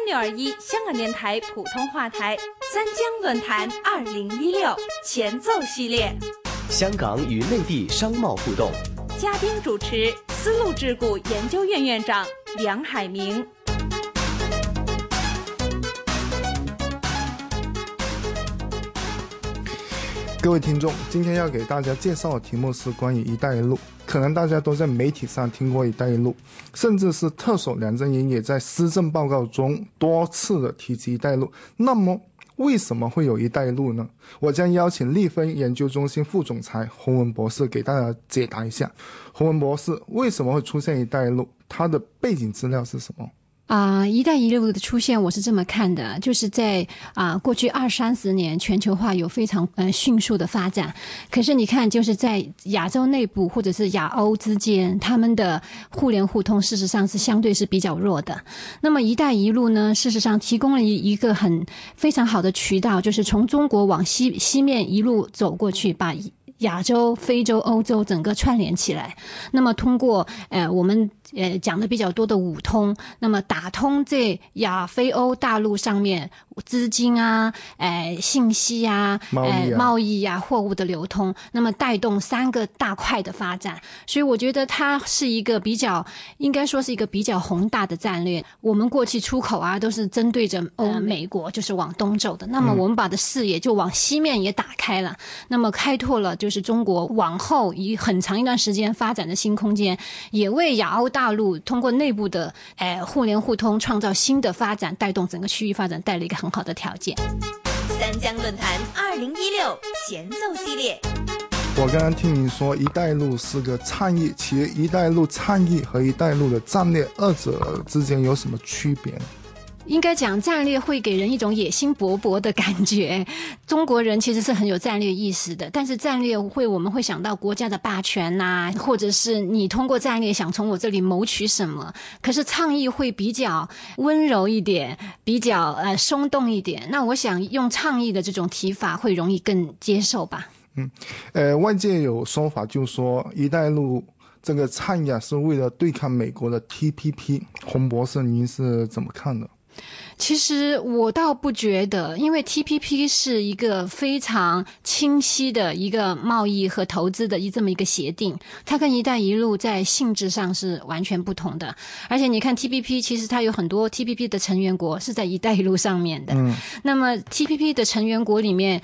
AM621香港电台普通话台三江论坛2016前奏系列， 香港与内地商贸互动， 嘉宾主持丝路智库研究院院长梁海明。 各位听众，今天要给大家介绍的题目是关于一带一路。可能大家都在媒体上听过一带一路，甚至是特首梁振英也在施政报告中多次的提及一带一路。那么为什么会有一带一路呢？我将邀请立芬研究中心副总裁洪文博士给大家解答一下。洪文博士，为什么会出现一带一路？它的背景资料是什么？ 一带一路的出现，我是这么看的，就是在过去20-30年，全球化有非常迅速的发展。可是你看，就是在亚洲内部或者是亚欧之间，他们的互联互通事实上是相对是比较弱的。那么一带一路呢，事实上提供了一个非常好的渠道，就是从中国往西面一路走过去，把亚洲、非洲、欧洲整个串联起来。那么通过我们讲的比较多的五通，那么打通这亚非欧大陆上面资金信息贸易货物的流通，那么带动3个大块的发展。所以我觉得它是一个应该说是一个比较宏大的战略。我们过去出口都是针对着美国，就是往东走的。那么我们把的视野就往西面也打开了，那么开拓了就是中国往后以很长一段时间发展的新空间，也为亚欧大陆通过内部的互联互通创造新的发展，带动整个区域发展带来一个很好的条件。 三江论坛2016前奏系列。 我刚刚听您说一带一路是个倡议，其实一带一路倡议和一带一路的战略二者之间有什么区别呢？ 应该讲战略会给人一种野心勃勃的感觉，中国人其实是很有战略意识的，但是战略我们会想到国家的霸权或者是你通过战略想从我这里谋取什么。可是倡议会比较温柔一点，比较松动一点，那我想用倡议的这种提法会容易更接受吧。 外界有说法就说一带一路这个倡议是为了对抗美国的 TPP， 洪博士您是怎么看的？ 其实我倒不觉得，因为 TPP 是一个非常清晰的一个贸易和投资的这么一个协定，它跟一带一路在性质上是完全不同的。而且你看 TPP， 其实它有很多 TPP 的成员国是在一带一路上面的。那么 TPP 的成员国里面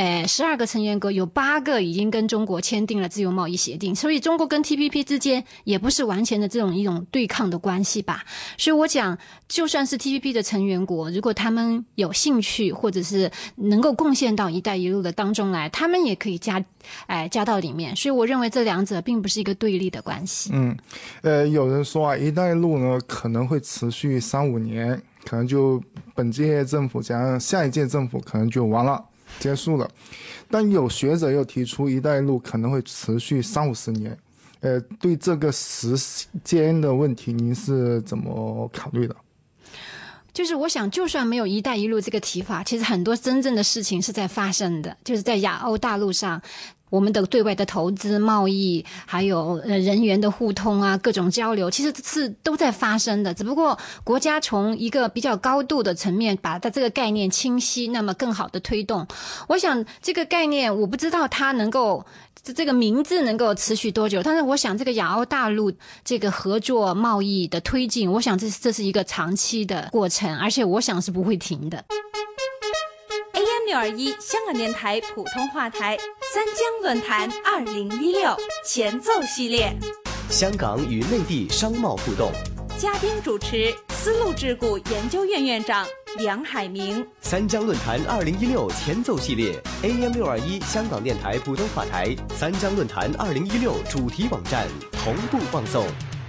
12个成员国有8个已经跟中国签订了自由贸易协定，所以中国跟 TPP 之间也不是完全的一种对抗的关系吧。所以我讲，就算是 TPP 的成员国，如果他们有兴趣或者是能够贡献到一带一路的当中来，他们也可以加到里面。所以我认为这两者并不是一个对立的关系。 有人说一带一路呢可能会持续3-5年，可能就本届政府加上下一届政府可能就完了，结束了。但有学者又提出一带一路可能会持续30-50年。对这个时间的问题您是怎么考虑的？ 就是我想，就算没有一带一路这个提法，其实很多真正的事情是在发生的，就是在亚欧大陆上，我们的对外的投资、贸易，还有人员的互通各种交流，其实是都在发生的。只不过国家从一个比较高度的层面把它这个概念清晰，那么更好的推动。我想这个概念，我不知道它能够这个名字能够持续多久，但是我想这个亚欧大陆这个合作贸易的推进，我想这是一个长期的过程，而且我想是不会停的。 AM621香港电台普通话台三江论坛2016前奏系列， 香港与内地商贸互动， 嘉宾主持丝路智库研究院院长梁海明。 三江论坛2016前奏系列 AM621香港电台普通话台三江论坛2016主题网站同步放送。